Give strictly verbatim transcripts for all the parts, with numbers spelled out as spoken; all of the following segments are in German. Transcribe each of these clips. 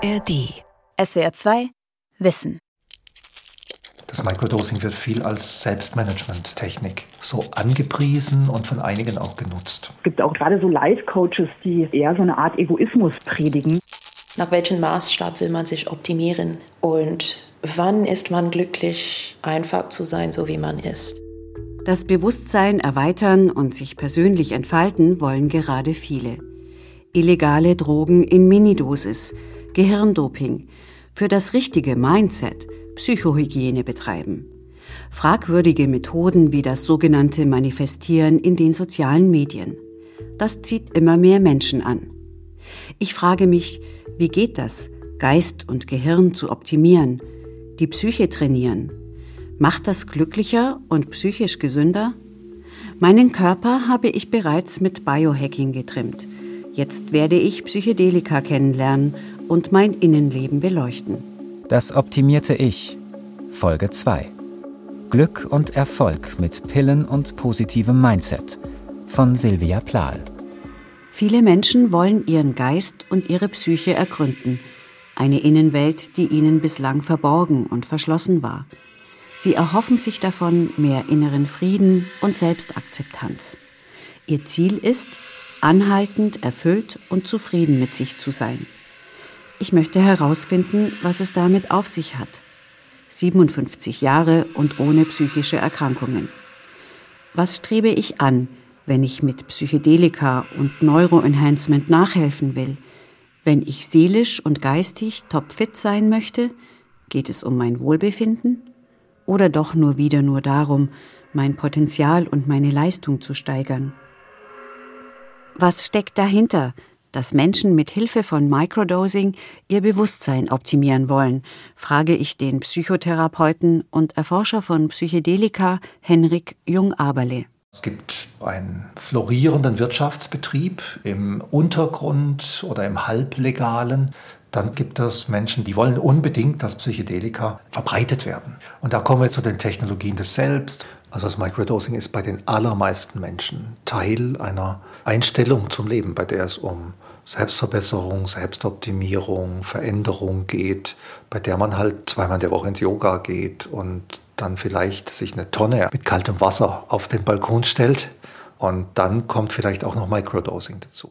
R D. S W R zwei Wissen. Das Microdosing wird viel als Selbstmanagement-Technik so angepriesen und von einigen auch genutzt. Es gibt auch gerade so Life-Coaches, die eher so eine Art Egoismus predigen. Nach welchem Maßstab will man sich optimieren? Und wann ist man glücklich, einfach zu sein, so wie man ist? Das Bewusstsein erweitern und sich persönlich entfalten wollen gerade viele. Illegale Drogen in Minidosis, Gehirndoping, für das richtige Mindset, Psychohygiene betreiben. Fragwürdige Methoden wie das sogenannte Manifestieren in den sozialen Medien. Das zieht immer mehr Menschen an. Ich frage mich, wie geht das, Geist und Gehirn zu optimieren, die Psyche trainieren? Macht das glücklicher und psychisch gesünder? Meinen Körper habe ich bereits mit Biohacking getrimmt. Jetzt werde ich Psychedelika kennenlernen und mein Innenleben beleuchten. Das optimierte Ich. Folge zwei. Glück und Erfolg mit Pillen und positivem Mindset. Von Silvia Plahl. Viele Menschen wollen ihren Geist und ihre Psyche ergründen. Eine Innenwelt, die ihnen bislang verborgen und verschlossen war. Sie erhoffen sich davon mehr inneren Frieden und Selbstakzeptanz. Ihr Ziel ist, anhaltend, erfüllt und zufrieden mit sich zu sein. Ich möchte herausfinden, was es damit auf sich hat. siebenundfünfzig Jahre und ohne psychische Erkrankungen. Was strebe ich an, wenn ich mit Psychedelika und Neuroenhancement nachhelfen will? Wenn ich seelisch und geistig topfit sein möchte, geht es um mein Wohlbefinden? Oder doch nur wieder nur darum, mein Potenzial und meine Leistung zu steigern? Was steckt dahinter, dass Menschen mit Hilfe von Microdosing ihr Bewusstsein optimieren wollen, frage ich den Psychotherapeuten und Erforscher von Psychedelika Henrik Jung-Aberle. Es gibt einen florierenden Wirtschaftsbetrieb im Untergrund oder im Halblegalen. Dann gibt es Menschen, die wollen unbedingt, dass Psychedelika verbreitet werden. Und da kommen wir zu den Technologien des Selbst. Also das Microdosing ist bei den allermeisten Menschen Teil einer Einstellung zum Leben, bei der es um Selbstverbesserung, Selbstoptimierung, Veränderung geht, bei der man halt zweimal in der Woche ins Yoga geht und dann vielleicht sich eine Tonne mit kaltem Wasser auf den Balkon stellt. Und dann kommt vielleicht auch noch Microdosing dazu.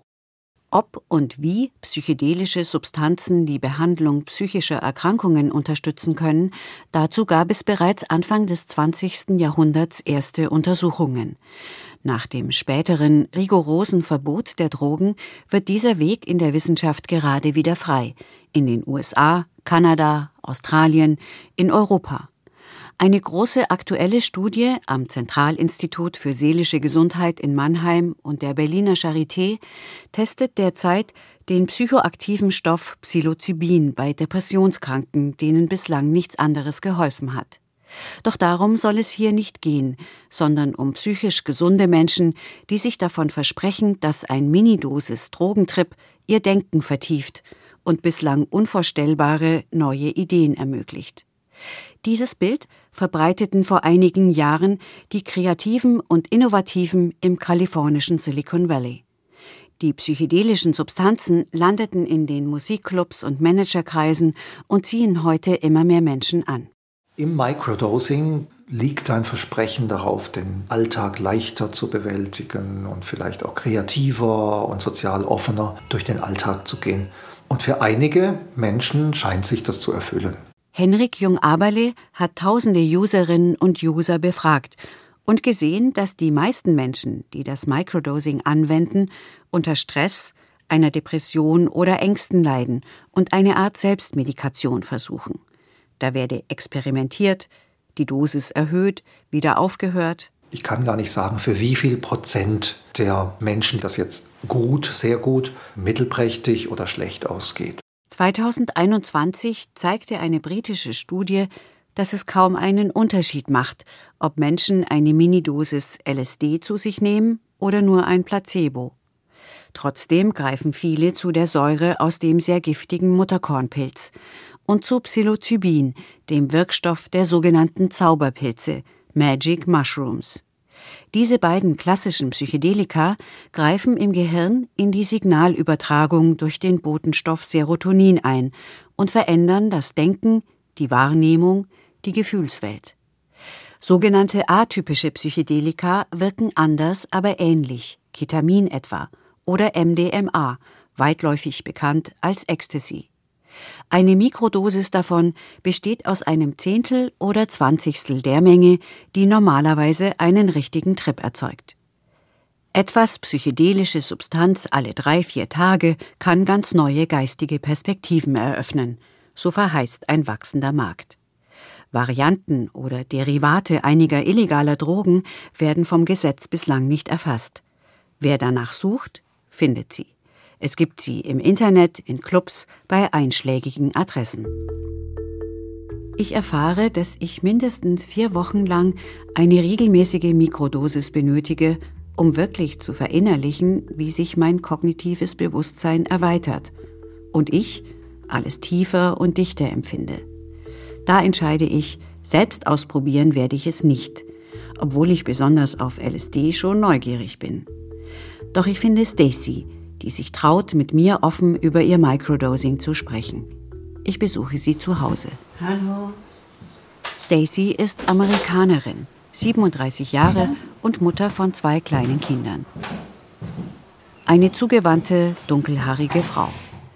Ob und wie psychedelische Substanzen die Behandlung psychischer Erkrankungen unterstützen können, dazu gab es bereits Anfang des zwanzigsten Jahrhunderts erste Untersuchungen. Nach dem späteren rigorosen Verbot der Drogen wird dieser Weg in der Wissenschaft gerade wieder frei. In den U S A, Kanada, Australien, in Europa. Eine große aktuelle Studie am Zentralinstitut für seelische Gesundheit in Mannheim und der Berliner Charité testet derzeit den psychoaktiven Stoff Psilocybin bei Depressionskranken, denen bislang nichts anderes geholfen hat. Doch darum soll es hier nicht gehen, sondern um psychisch gesunde Menschen, die sich davon versprechen, dass ein Minidosis-Drogentrip ihr Denken vertieft und bislang unvorstellbare neue Ideen ermöglicht. Dieses Bild verbreiteten vor einigen Jahren die Kreativen und Innovativen im kalifornischen Silicon Valley. Die psychedelischen Substanzen landeten in den Musikclubs und Managerkreisen und ziehen heute immer mehr Menschen an. Im Microdosing liegt ein Versprechen darauf, den Alltag leichter zu bewältigen und vielleicht auch kreativer und sozial offener durch den Alltag zu gehen. Und für einige Menschen scheint sich das zu erfüllen. Henrik Jung-Aberle hat tausende Userinnen und User befragt und gesehen, dass die meisten Menschen, die das Microdosing anwenden, unter Stress, einer Depression oder Ängsten leiden und eine Art Selbstmedikation versuchen. Da werde experimentiert, die Dosis erhöht, wieder aufgehört. Ich kann gar nicht sagen, für wie viel Prozent der Menschen das jetzt gut, sehr gut, mittelprächtig oder schlecht ausgeht. zweitausendeinundzwanzig zeigte eine britische Studie, dass es kaum einen Unterschied macht, ob Menschen eine Minidosis L S D zu sich nehmen oder nur ein Placebo. Trotzdem greifen viele zu der Säure aus dem sehr giftigen Mutterkornpilz und zu Psilocybin, dem Wirkstoff der sogenannten Zauberpilze, Magic Mushrooms. Diese beiden klassischen Psychedelika greifen im Gehirn in die Signalübertragung durch den Botenstoff Serotonin ein und verändern das Denken, die Wahrnehmung, die Gefühlswelt. Sogenannte atypische Psychedelika wirken anders, aber ähnlich, Ketamin etwa, oder M D M A, weitläufig bekannt als Ecstasy. Eine Mikrodosis davon besteht aus einem Zehntel oder Zwanzigstel der Menge, die normalerweise einen richtigen Trip erzeugt. Etwas psychedelische Substanz alle drei, vier Tage kann ganz neue geistige Perspektiven eröffnen, so verheißt ein wachsender Markt. Varianten oder Derivate einiger illegaler Drogen werden vom Gesetz bislang nicht erfasst. Wer danach sucht, findet sie. Es gibt sie im Internet, in Clubs, bei einschlägigen Adressen. Ich erfahre, dass ich mindestens vier Wochen lang eine regelmäßige Mikrodosis benötige, um wirklich zu verinnerlichen, wie sich mein kognitives Bewusstsein erweitert und ich alles tiefer und dichter empfinde. Da entscheide ich, selbst ausprobieren werde ich es nicht, obwohl ich besonders auf L S D schon neugierig bin. Doch ich finde Stacy, die sich traut, mit mir offen über ihr Microdosing zu sprechen. Ich besuche sie zu Hause. Hallo. Stacy ist Amerikanerin, siebenunddreißig Jahre und Mutter von zwei kleinen Kindern. Eine zugewandte, dunkelhaarige Frau.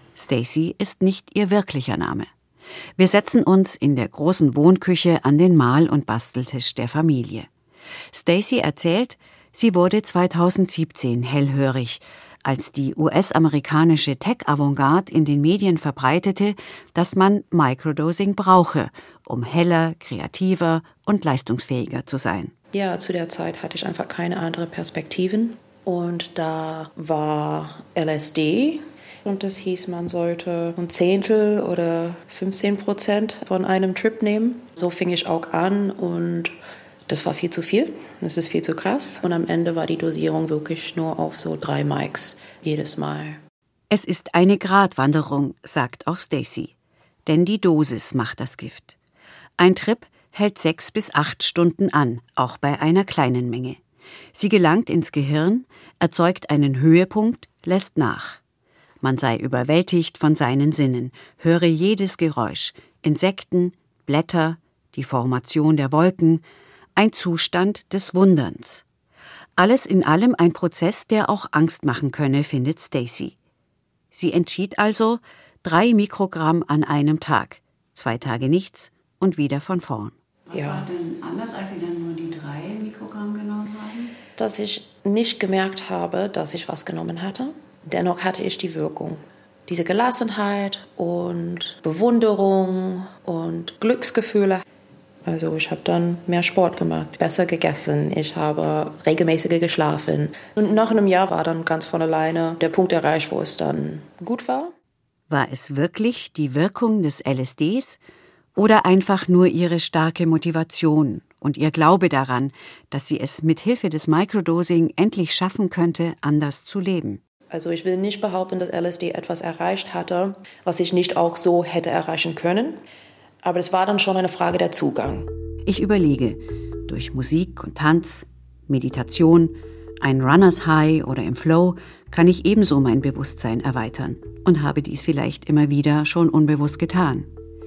Stacy ist nicht ihr wirklicher Name. Wir setzen uns in der großen Wohnküche an den Mal- und Basteltisch der Familie. Stacy erzählt, sie wurde zweitausendsiebzehn hellhörig, als die U S-amerikanische Tech-Avantgarde in den Medien verbreitete, dass man Microdosing brauche, um heller, kreativer und leistungsfähiger zu sein. Ja, zu der Zeit hatte ich einfach keine anderen Perspektiven. Und da war L S D. Und das hieß, man sollte ein Zehntel oder fünfzehn Prozent von einem Trip nehmen. So fing ich auch an und das war viel zu viel. Das ist viel zu krass. Und am Ende war die Dosierung wirklich nur auf so drei Mics jedes Mal. Es ist eine Gratwanderung, sagt auch Stacy. Denn die Dosis macht das Gift. Ein Trip hält sechs bis acht Stunden an, auch bei einer kleinen Menge. Sie gelangt ins Gehirn, erzeugt einen Höhepunkt, lässt nach. Man sei überwältigt von seinen Sinnen, höre jedes Geräusch, Insekten, Blätter, die Formation der Wolken, ein Zustand des Wunderns. Alles in allem ein Prozess, der auch Angst machen könne, findet Stacy. Sie entschied also drei Mikrogramm an einem Tag, zwei Tage nichts und wieder von vorn. Was ja. war denn anders, als Sie dann nur die drei Mikrogramm genommen haben? Dass ich nicht gemerkt habe, dass ich was genommen hatte. Dennoch hatte ich die Wirkung. Diese Gelassenheit und Bewunderung und Glücksgefühle. Also ich habe dann mehr Sport gemacht, besser gegessen, ich habe regelmäßiger geschlafen. Und nach einem Jahr war dann ganz von alleine der Punkt erreicht, wo es dann gut war. War es wirklich die Wirkung des L S Ds oder einfach nur ihre starke Motivation und ihr Glaube daran, dass sie es mit Hilfe des Microdosing endlich schaffen könnte, anders zu leben? Also ich will nicht behaupten, dass L S D etwas erreicht hatte, was ich nicht auch so hätte erreichen können. Aber es war dann schon eine Frage der Zugang. Ich überlege, durch Musik und Tanz, Meditation, ein Runners High oder im Flow kann ich ebenso mein Bewusstsein erweitern und habe dies vielleicht immer wieder schon unbewusst getan.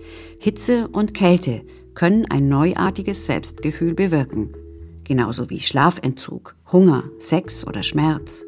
Hitze und Kälte können ein neuartiges Selbstgefühl bewirken, genauso wie Schlafentzug, Hunger, Sex oder Schmerz.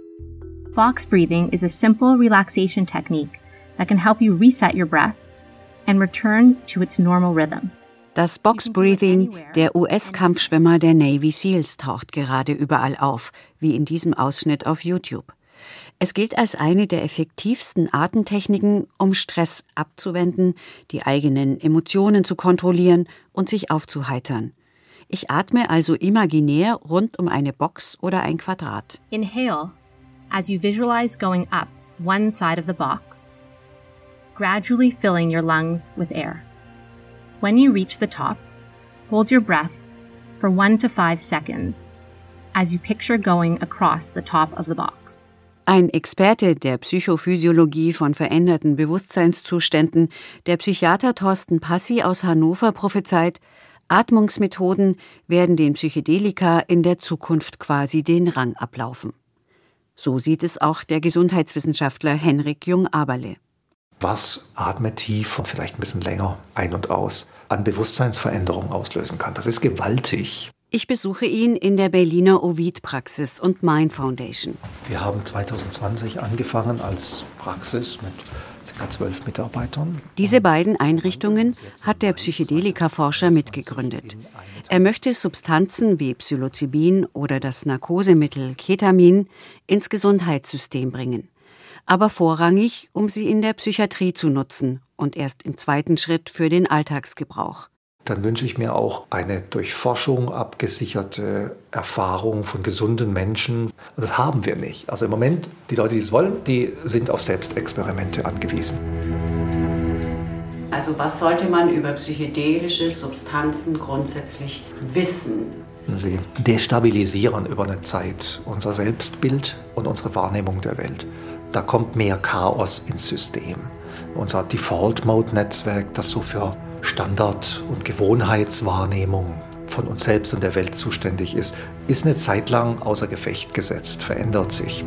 Box breathing is a simple relaxation technique that can help you reset your breath and return to its normal rhythm. Das Box Breathing der U S-Kampfschwimmer der Navy Seals taucht gerade überall auf, wie in diesem Ausschnitt auf YouTube. Es gilt als eine der effektivsten Atemtechniken, um Stress abzuwenden, die eigenen Emotionen zu kontrollieren und sich aufzuheitern. Ich atme also imaginär rund um eine Box oder ein Quadrat. Inhale as you visualize going up one side of the box, gradually filling your lungs with air. When you reach the top, hold your breath for one to five seconds as you picture going across the top of the box. Ein Experte der Psychophysiologie von veränderten Bewusstseinszuständen, der Psychiater Thorsten Passy aus Hannover prophezeit, Atmungsmethoden werden den Psychedelika in der Zukunft quasi den Rang ablaufen. So sieht es auch der Gesundheitswissenschaftler Henrik Jung-Aberle. was atme tief und vielleicht ein bisschen länger ein und aus an Bewusstseinsveränderung auslösen kann. Das ist gewaltig. Ich besuche ihn in der Berliner Ovid-Praxis und Mind Foundation. Wir haben zwanzig zwanzig angefangen als Praxis mit ca. zwölf Mitarbeitern. Diese beiden Einrichtungen hat der Psychedelika-Forscher mitgegründet. Er möchte Substanzen wie Psilocybin oder das Narkosemittel Ketamin ins Gesundheitssystem bringen. Aber vorrangig, um sie in der Psychiatrie zu nutzen und erst im zweiten Schritt für den Alltagsgebrauch. Dann wünsche ich mir auch eine durch Forschung abgesicherte Erfahrung von gesunden Menschen. Das haben wir nicht. Also im Moment, die Leute, die es wollen, die sind auf Selbstexperimente angewiesen. Also was sollte man über psychedelische Substanzen grundsätzlich wissen? Sie destabilisieren über eine Zeit unser Selbstbild und unsere Wahrnehmung der Welt. Da kommt mehr Chaos ins System. Unser Default-Mode-Netzwerk, das so für Standard- und Gewohnheitswahrnehmung von uns selbst und der Welt zuständig ist, ist eine Zeit lang außer Gefecht gesetzt, verändert sich.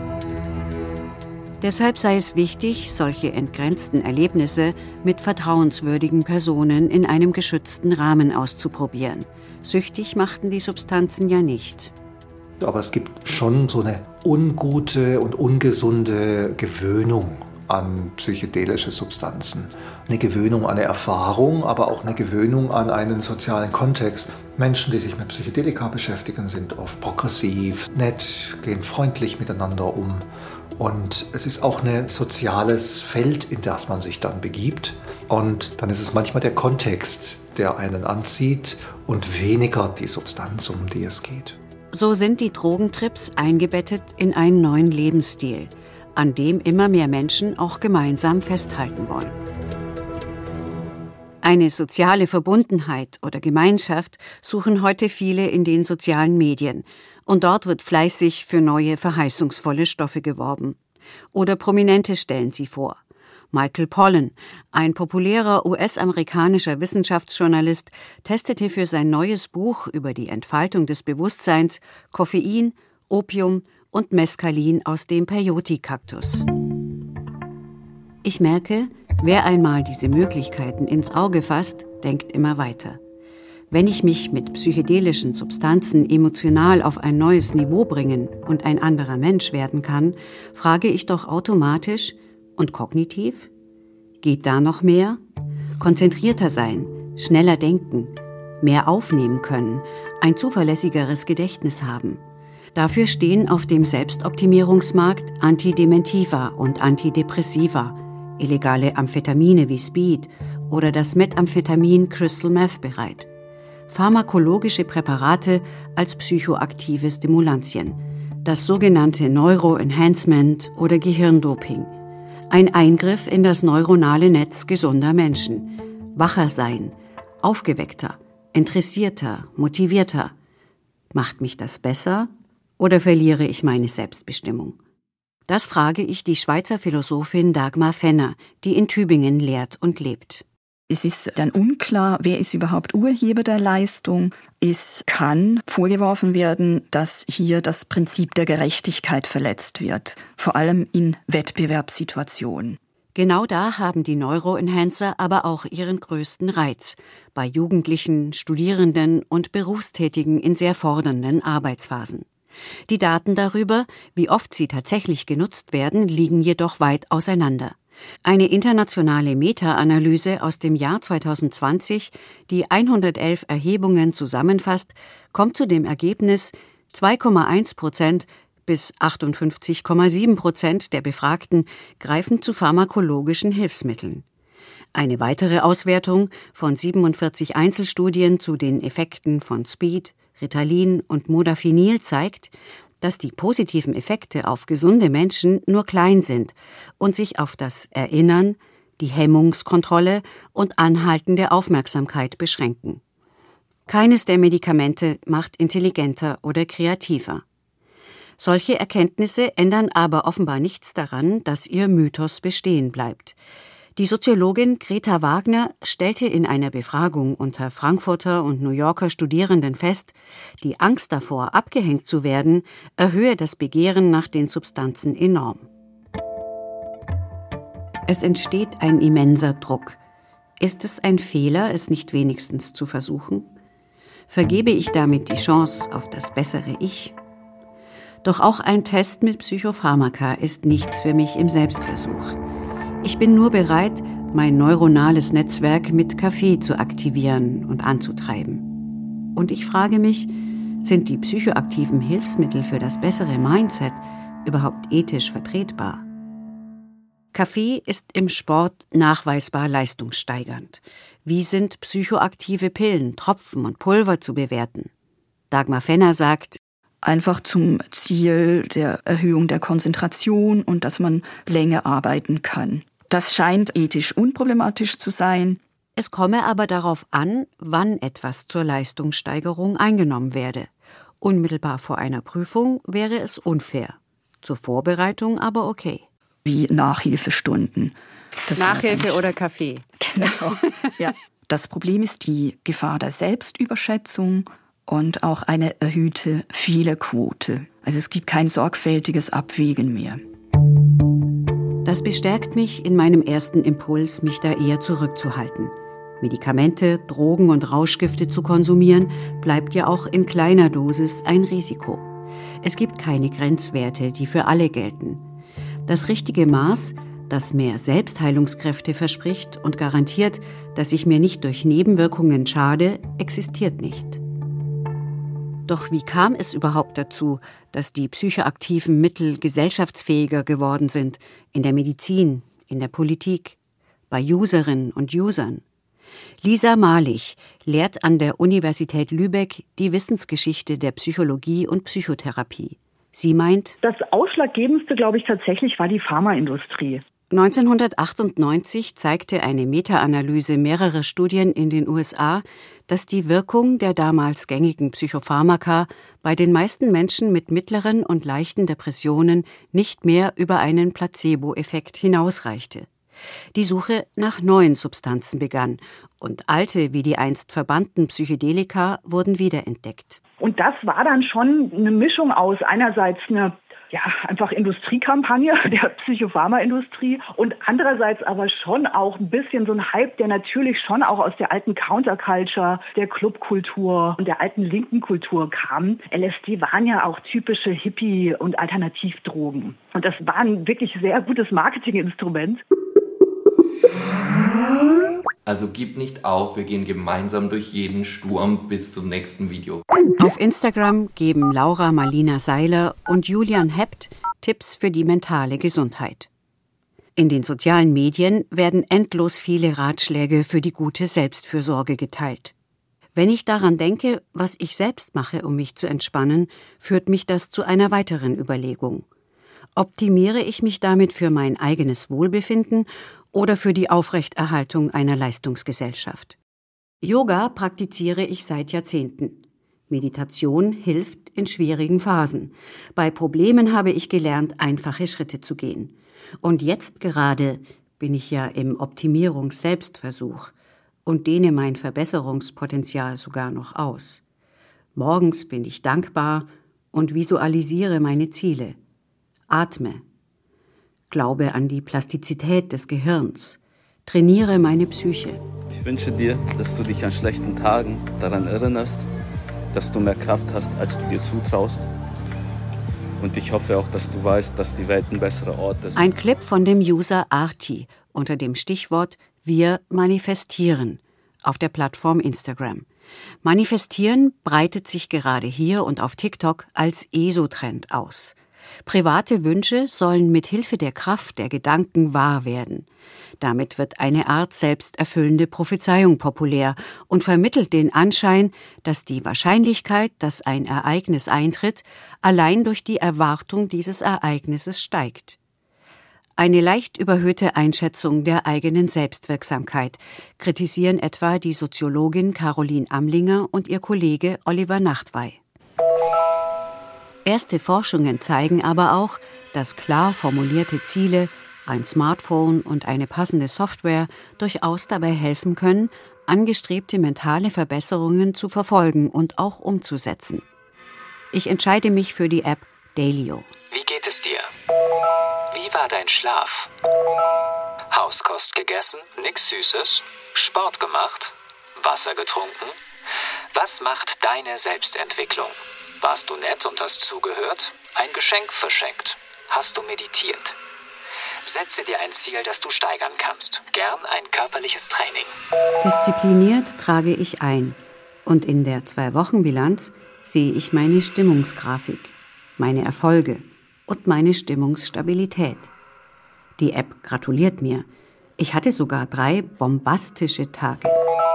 Deshalb sei es wichtig, solche entgrenzten Erlebnisse mit vertrauenswürdigen Personen in einem geschützten Rahmen auszuprobieren. Süchtig machten die Substanzen ja nicht. Aber es gibt schon so eine ungute und ungesunde Gewöhnung an psychedelische Substanzen. Eine Gewöhnung an eine Erfahrung, aber auch eine Gewöhnung an einen sozialen Kontext. Menschen, die sich mit Psychedelika beschäftigen, sind oft progressiv, nett, gehen freundlich miteinander um. Und es ist auch ein soziales Feld, in das man sich dann begibt. Und dann ist es manchmal der Kontext, der einen anzieht und weniger die Substanz, um die es geht. So sind die Drogentrips eingebettet in einen neuen Lebensstil, an dem immer mehr Menschen auch gemeinsam festhalten wollen. Eine soziale Verbundenheit oder Gemeinschaft suchen heute viele in den sozialen Medien. Und dort wird fleißig für neue, verheißungsvolle Stoffe geworben. Oder Prominente stellen sie vor. Michael Pollan, ein populärer U S-amerikanischer Wissenschaftsjournalist, testete für sein neues Buch über die Entfaltung des Bewusstseins Koffein, Opium und Mescalin aus dem Peyote-Kaktus. Ich merke, wer einmal diese Möglichkeiten ins Auge fasst, denkt immer weiter. Wenn ich mich mit psychedelischen Substanzen emotional auf ein neues Niveau bringen und ein anderer Mensch werden kann, frage ich doch automatisch: Und kognitiv? Geht da noch mehr? Konzentrierter sein, schneller denken, mehr aufnehmen können, ein zuverlässigeres Gedächtnis haben. Dafür stehen auf dem Selbstoptimierungsmarkt Antidementiva und Antidepressiva, illegale Amphetamine wie Speed oder das Methamphetamin Crystal Meth bereit. Pharmakologische Präparate als psychoaktive Stimulantien, das sogenannte Neuroenhancement oder Gehirndoping. Ein Eingriff in das neuronale Netz gesunder Menschen. Wacher sein, aufgeweckter, interessierter, motivierter. Macht mich das besser oder verliere ich meine Selbstbestimmung? Das frage ich die Schweizer Philosophin Dagmar Fenner, die in Tübingen lehrt und lebt. Es ist dann unklar, wer ist überhaupt Urheber der Leistung. Es kann vorgeworfen werden, dass hier das Prinzip der Gerechtigkeit verletzt wird, vor allem in Wettbewerbssituationen. Genau da haben die Neuroenhancer aber auch ihren größten Reiz, bei Jugendlichen, Studierenden und Berufstätigen in sehr fordernden Arbeitsphasen. Die Daten darüber, wie oft sie tatsächlich genutzt werden, liegen jedoch weit auseinander. Eine internationale Meta-Analyse aus dem Jahr zwanzig zwanzig, die hundertelf Erhebungen zusammenfasst, kommt zu dem Ergebnis, zwei Komma eins Prozent bis achtundfünfzig Komma sieben Prozent der Befragten greifen zu pharmakologischen Hilfsmitteln. Eine weitere Auswertung von siebenundvierzig Einzelstudien zu den Effekten von Speed, Ritalin und Modafinil zeigt, dass die positiven Effekte auf gesunde Menschen nur klein sind und sich auf das Erinnern, die Hemmungskontrolle und anhaltende Aufmerksamkeit beschränken. Keines der Medikamente macht intelligenter oder kreativer. Solche Erkenntnisse ändern aber offenbar nichts daran, dass ihr Mythos bestehen bleibt. Die Soziologin Greta Wagner stellte in einer Befragung unter Frankfurter und New Yorker Studierenden fest, die Angst davor, abgehängt zu werden, erhöhe das Begehren nach den Substanzen enorm. Es entsteht ein immenser Druck. Ist es ein Fehler, es nicht wenigstens zu versuchen? Vergebe ich damit die Chance auf das bessere Ich? Doch auch ein Test mit Psychopharmaka ist nichts für mich im Selbstversuch. Ich bin nur bereit, mein neuronales Netzwerk mit Kaffee zu aktivieren und anzutreiben. Und ich frage mich, sind die psychoaktiven Hilfsmittel für das bessere Mindset überhaupt ethisch vertretbar? Kaffee ist im Sport nachweisbar leistungssteigernd. Wie sind psychoaktive Pillen, Tropfen und Pulver zu bewerten? Dagmar Fenner sagt, einfach zum Ziel der Erhöhung der Konzentration und dass man länger arbeiten kann. Das scheint ethisch unproblematisch zu sein. Es komme aber darauf an, wann etwas zur Leistungssteigerung eingenommen werde. Unmittelbar vor einer Prüfung wäre es unfair. Zur Vorbereitung aber okay. Wie Nachhilfestunden. Das Nachhilfe oder Kaffee. Genau. Ja. Das Problem ist die Gefahr der Selbstüberschätzung und auch eine erhöhte Fehlerquote. Also es gibt kein sorgfältiges Abwägen mehr. Das bestärkt mich in meinem ersten Impuls, mich da eher zurückzuhalten. Medikamente, Drogen und Rauschgifte zu konsumieren, bleibt ja auch in kleiner Dosis ein Risiko. Es gibt keine Grenzwerte, die für alle gelten. Das richtige Maß, das mehr Selbstheilungskräfte verspricht und garantiert, dass ich mir nicht durch Nebenwirkungen schade, existiert nicht. Doch wie kam es überhaupt dazu, dass die psychoaktiven Mittel gesellschaftsfähiger geworden sind, in der Medizin, in der Politik, bei Userinnen und Usern? Lisa Malich lehrt an der Universität Lübeck die Wissensgeschichte der Psychologie und Psychotherapie. Sie meint, das Ausschlaggebendste, glaube ich, tatsächlich war die Pharmaindustrie. neunzehnhundertachtundneunzig zeigte eine Meta-Analyse mehrerer Studien in den U S A, dass die Wirkung der damals gängigen Psychopharmaka bei den meisten Menschen mit mittleren und leichten Depressionen nicht mehr über einen Placebo-Effekt hinausreichte. Die Suche nach neuen Substanzen begann und alte wie die einst verbannten Psychedelika wurden wiederentdeckt. Und das war dann schon eine Mischung aus einerseits eine ja, einfach Industriekampagne der Psychopharmaindustrie und andererseits aber schon auch ein bisschen so ein Hype, der natürlich schon auch aus der alten Counterculture, der Clubkultur und der alten linken Kultur kam. L S D waren ja auch typische Hippie- und Alternativdrogen. Und das war ein wirklich sehr gutes Marketinginstrument. Also gib nicht auf, wir gehen gemeinsam durch jeden Sturm bis zum nächsten Video. Auf Instagram geben Laura Marlina Seiler und Julian Hept Tipps für die mentale Gesundheit. In den sozialen Medien werden endlos viele Ratschläge für die gute Selbstfürsorge geteilt. Wenn ich daran denke, was ich selbst mache, um mich zu entspannen, führt mich das zu einer weiteren Überlegung. Optimiere ich mich damit für mein eigenes Wohlbefinden oder für die Aufrechterhaltung einer Leistungsgesellschaft? Yoga praktiziere ich seit Jahrzehnten. Meditation hilft in schwierigen Phasen. Bei Problemen habe ich gelernt, einfache Schritte zu gehen. Und jetzt gerade bin ich ja im Optimierungs-Selbstversuch und dehne mein Verbesserungspotenzial sogar noch aus. Morgens bin ich dankbar und visualisiere meine Ziele. Atme. Glaube an die Plastizität des Gehirns. Trainiere meine Psyche. Ich wünsche dir, dass du dich an schlechten Tagen daran erinnerst, dass du mehr Kraft hast, als du dir zutraust. Und ich hoffe auch, dass du weißt, dass die Welt ein besserer Ort ist. Ein Clip von dem User Arti unter dem Stichwort Wir manifestieren auf der Plattform Instagram. Manifestieren breitet sich gerade hier und auf TikTok als E S O-Trend aus. Private Wünsche sollen mit Hilfe der Kraft der Gedanken wahr werden. Damit wird eine Art selbsterfüllende Prophezeiung populär und vermittelt den Anschein, dass die Wahrscheinlichkeit, dass ein Ereignis eintritt, allein durch die Erwartung dieses Ereignisses steigt. Eine leicht überhöhte Einschätzung der eigenen Selbstwirksamkeit kritisieren etwa die Soziologin Caroline Amlinger und ihr Kollege Oliver Nachtwey. Erste Forschungen zeigen aber auch, dass klar formulierte Ziele, ein Smartphone und eine passende Software durchaus dabei helfen können, angestrebte mentale Verbesserungen zu verfolgen und auch umzusetzen. Ich entscheide mich für die App Dailyo. Wie geht es dir? Wie war dein Schlaf? Hauskost gegessen, nix Süßes, Sport gemacht, Wasser getrunken? Was macht deine Selbstentwicklung? Warst du nett und hast zugehört? Ein Geschenk verschenkt? Hast du meditiert? Setze dir ein Ziel, das du steigern kannst. Gern ein körperliches Training. Diszipliniert trage ich ein. Und in der Zwei-Wochen-Bilanz sehe ich meine Stimmungsgrafik, meine Erfolge und meine Stimmungsstabilität. Die App gratuliert mir. Ich hatte sogar drei bombastische Tage.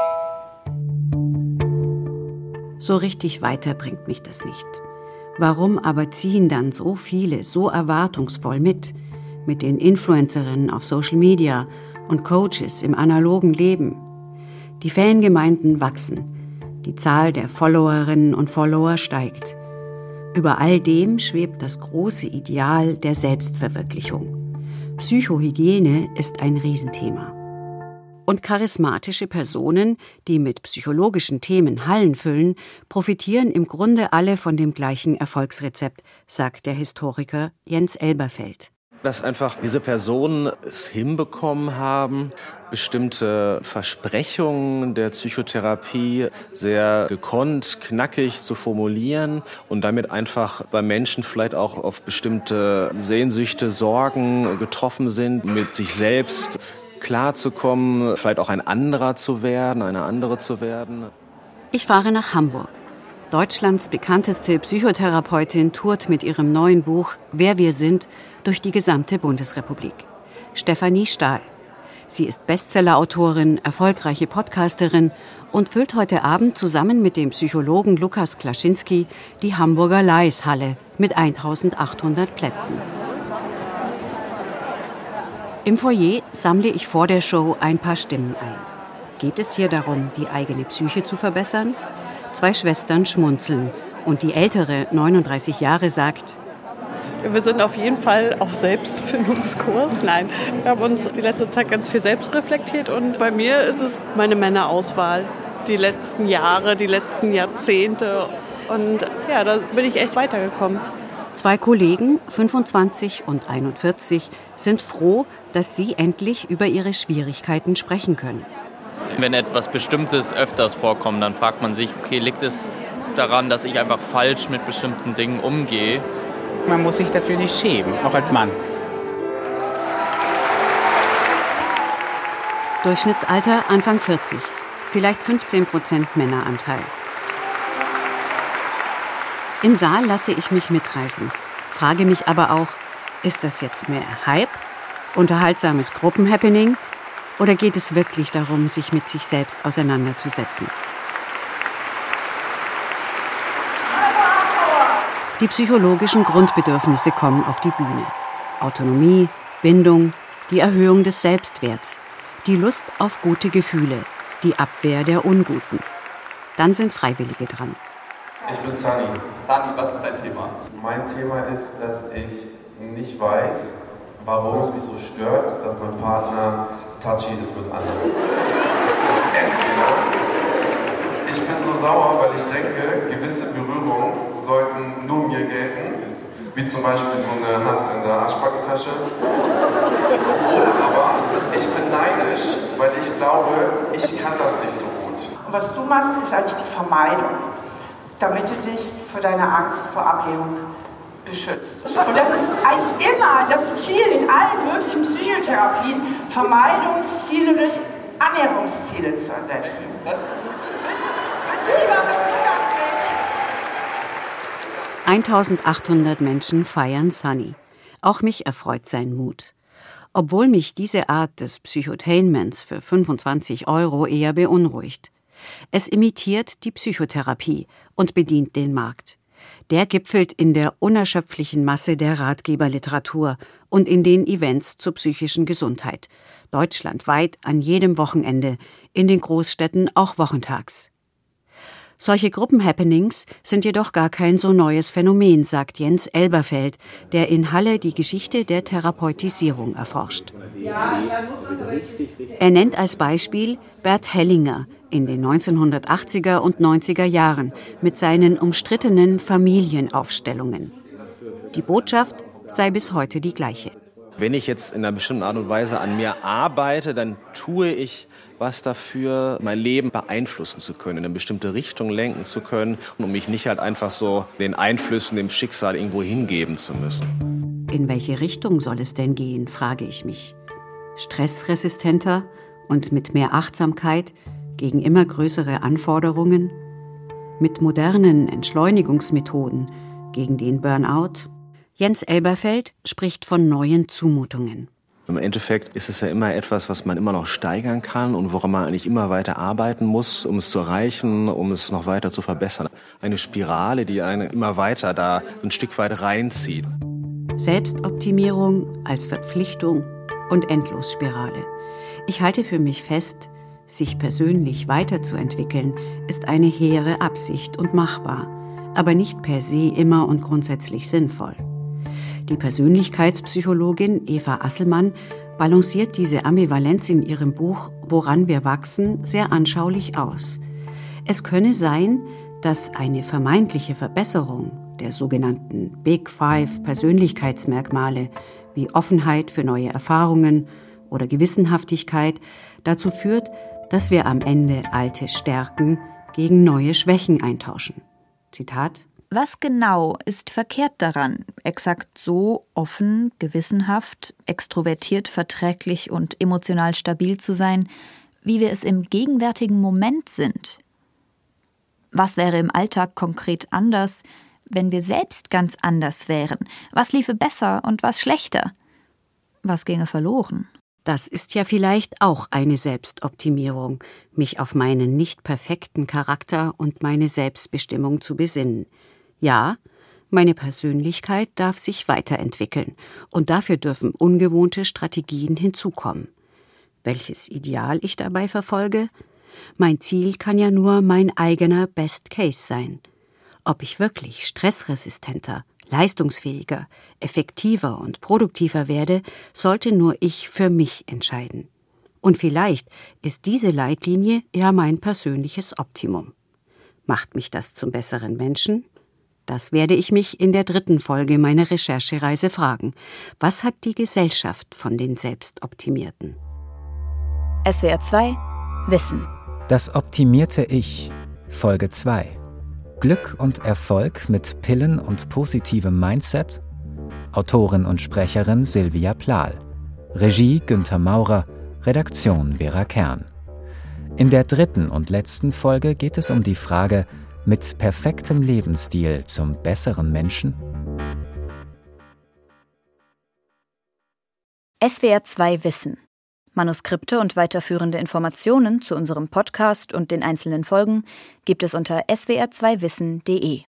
So richtig weiter bringt mich das nicht. Warum aber ziehen dann so viele so erwartungsvoll mit? Mit den Influencerinnen auf Social Media und Coaches im analogen Leben. Die Fangemeinden wachsen. Die Zahl der Followerinnen und Follower steigt. Über all dem schwebt das große Ideal der Selbstverwirklichung. Psychohygiene ist ein Riesenthema. Und charismatische Personen, die mit psychologischen Themen Hallen füllen, profitieren im Grunde alle von dem gleichen Erfolgsrezept, sagt der Historiker Jens Elberfeld. Dass einfach diese Personen es hinbekommen haben, bestimmte Versprechungen der Psychotherapie sehr gekonnt, knackig zu formulieren und damit einfach bei Menschen vielleicht auch auf bestimmte Sehnsüchte, Sorgen getroffen sind, mit sich selbst klarzukommen, vielleicht auch ein anderer zu werden, eine andere zu werden. Ich fahre nach Hamburg. Deutschlands bekannteste Psychotherapeutin tourt mit ihrem neuen Buch »Wer wir sind« durch die gesamte Bundesrepublik. Stefanie Stahl. Sie ist Bestsellerautorin, erfolgreiche Podcasterin und füllt heute Abend zusammen mit dem Psychologen Lukas Klaschinski die Hamburger Laeisz-Halle mit eintausendachthundert Plätzen. Im Foyer sammle ich vor der Show ein paar Stimmen ein. Geht es hier darum, die eigene Psyche zu verbessern? Zwei Schwestern schmunzeln und die ältere, neununddreißig Jahre, sagt: Wir sind auf jeden Fall auf Selbstfindungskurs. Nein, wir haben uns die letzte Zeit ganz viel selbst reflektiert und bei mir ist es meine Männerauswahl. Die letzten Jahre, die letzten Jahrzehnte und ja, da bin ich echt weitergekommen. Zwei Kollegen, fünfundzwanzig und einundvierzig, sind froh, dass sie endlich über ihre Schwierigkeiten sprechen können. Wenn etwas Bestimmtes öfters vorkommt, dann fragt man sich, okay, liegt es daran, dass ich einfach falsch mit bestimmten Dingen umgehe? Man muss sich dafür nicht schämen, auch als Mann. Durchschnittsalter Anfang vierzig, vielleicht fünfzehn Prozent Männeranteil. Im Saal lasse ich mich mitreißen, frage mich aber auch, ist das jetzt mehr Hype, unterhaltsames Gruppenhappening oder geht es wirklich darum, sich mit sich selbst auseinanderzusetzen? Die psychologischen Grundbedürfnisse kommen auf die Bühne. Autonomie, Bindung, die Erhöhung des Selbstwerts, die Lust auf gute Gefühle, die Abwehr der Unguten. Dann sind Freiwillige dran. Ich bin Sunny. Sunny, was ist dein Thema? Mein Thema ist, dass ich nicht weiß, warum es mich so stört, dass mein Partner touchy ist mit anderen. Entweder ich bin so sauer, weil ich denke, gewisse Berührungen sollten nur mir gelten, wie zum Beispiel so eine Hand in der Arschbackentasche. Oder aber ich bin neidisch, weil ich glaube, ich kann das nicht so gut. Was du machst, ist eigentlich die Vermeidung, damit du dich vor deiner Angst vor Ablehnung beschützt. Und das ist eigentlich immer das Ziel in allen möglichen Psychotherapien, Vermeidungsziele durch Annäherungsziele zu ersetzen. Das ist gut. eintausendachthundert Menschen feiern Sunny. Auch mich erfreut sein Mut. Obwohl mich diese Art des Psychotainments für fünfundzwanzig Euro eher beunruhigt. Es imitiert die Psychotherapie und bedient den Markt. Der gipfelt in der unerschöpflichen Masse der Ratgeberliteratur und in den Events zur psychischen Gesundheit. Deutschlandweit an jedem Wochenende, in den Großstädten auch wochentags. Solche Gruppenhappenings sind jedoch gar kein so neues Phänomen, sagt Jens Elberfeld, der in Halle die Geschichte der Therapeutisierung erforscht. Er nennt als Beispiel Bert Hellinger in den neunzehnhundertachtziger und neunziger Jahren mit seinen umstrittenen Familienaufstellungen. Die Botschaft sei bis heute die gleiche. Wenn ich jetzt in einer bestimmten Art und Weise an mir arbeite, dann tue ich was dafür, mein Leben beeinflussen zu können, in eine bestimmte Richtung lenken zu können, um mich nicht halt einfach so den Einflüssen, dem Schicksal irgendwo hingeben zu müssen. In welche Richtung soll es denn gehen, frage ich mich. Stressresistenter und mit mehr Achtsamkeit gegen immer größere Anforderungen? Mit modernen Entschleunigungsmethoden gegen den Burnout? Jens Elberfeld spricht von neuen Zumutungen. Im Endeffekt ist es ja immer etwas, was man immer noch steigern kann und woran man eigentlich immer weiter arbeiten muss, um es zu erreichen, um es noch weiter zu verbessern. Eine Spirale, die einen immer weiter da ein Stück weit reinzieht. Selbstoptimierung als Verpflichtung und Endlosspirale. Ich halte für mich fest, sich persönlich weiterzuentwickeln, ist eine hehre Absicht und machbar, aber nicht per se immer und grundsätzlich sinnvoll. Die Persönlichkeitspsychologin Eva Asselmann balanciert diese Ambivalenz in ihrem Buch Woran wir wachsen sehr anschaulich aus. Es könne sein, dass eine vermeintliche Verbesserung der sogenannten Big Five Persönlichkeitsmerkmale wie Offenheit für neue Erfahrungen oder Gewissenhaftigkeit dazu führt, dass wir am Ende alte Stärken gegen neue Schwächen eintauschen. Zitat: Was genau ist verkehrt daran, exakt so offen, gewissenhaft, extrovertiert, verträglich und emotional stabil zu sein, wie wir es im gegenwärtigen Moment sind? Was wäre im Alltag konkret anders, wenn wir selbst ganz anders wären? Was liefe besser und was schlechter? Was ginge verloren? Das ist ja vielleicht auch eine Selbstoptimierung, mich auf meinen nicht perfekten Charakter und meine Selbstbestimmung zu besinnen. Ja, meine Persönlichkeit darf sich weiterentwickeln und dafür dürfen ungewohnte Strategien hinzukommen. Welches Ideal ich dabei verfolge? Mein Ziel kann ja nur mein eigener Best Case sein. Ob ich wirklich stressresistenter, leistungsfähiger, effektiver und produktiver werde, sollte nur ich für mich entscheiden. Und vielleicht ist diese Leitlinie ja mein persönliches Optimum. Macht mich das zum besseren Menschen? Das werde ich mich in der dritten Folge meiner Recherchereise fragen. Was hat die Gesellschaft von den Selbstoptimierten? S W R zwei Wissen. Das optimierte Ich, Folge zwei. Glück und Erfolg mit Pillen und positivem Mindset. Autorin und Sprecherin Silvia Plahl. Regie Günther Maurer. Redaktion Vera Kern. In der dritten und letzten Folge geht es um die Frage: Mit perfektem Lebensstil zum besseren Menschen? S W R zwei Wissen. Manuskripte und weiterführende Informationen zu unserem Podcast und den einzelnen Folgen gibt es unter s w r zwei wissen punkt d e.